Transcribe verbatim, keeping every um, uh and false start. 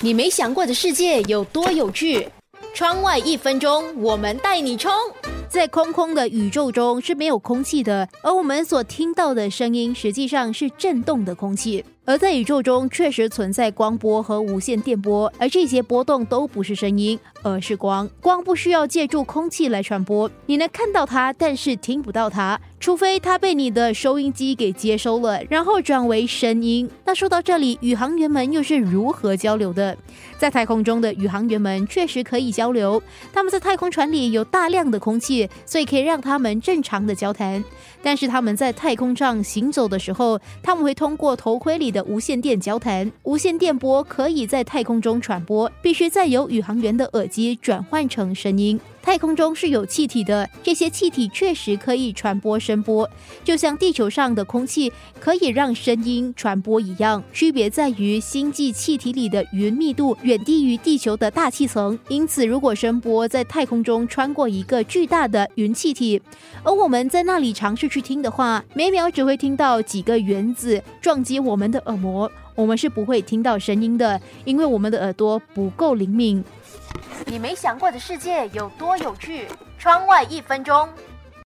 你没想过的世界有多有趣？窗外一分钟，我们带你冲！ 在空空的宇宙中是没有空气的，而我们所听到的声音实际上是震动的空气。而在宇宙中确实存在光波和无线电波，而这些波动都不是声音，而是光。光不需要借助空气来传播，你能看到它，但是听不到它，除非它被你的收音机给接收了，然后转为声音。那说到这里，宇航员们又是如何交流的？在太空中的宇航员们确实可以交流，他们在太空船里有大量的空气，所以可以让他们正常的交谈。但是他们在太空上行走的时候，他们会通过头盔里的无线电交谈，无线电波可以在太空中传播，必须再由宇航员的耳机转换成声音。太空中是有气体的，这些气体确实可以传播声波，就像地球上的空气可以让声音传播一样，区别在于星际气体里的云密度远低于地球的大气层，因此如果声波在太空中穿过一个巨大的云气体，而我们在那里尝试去听的话，每秒只会听到几个原子撞击我们的耳膜，我们是不会听到声音的，因为我们的耳朵不够灵敏。 你没想过的世界有多有趣？窗外一分钟，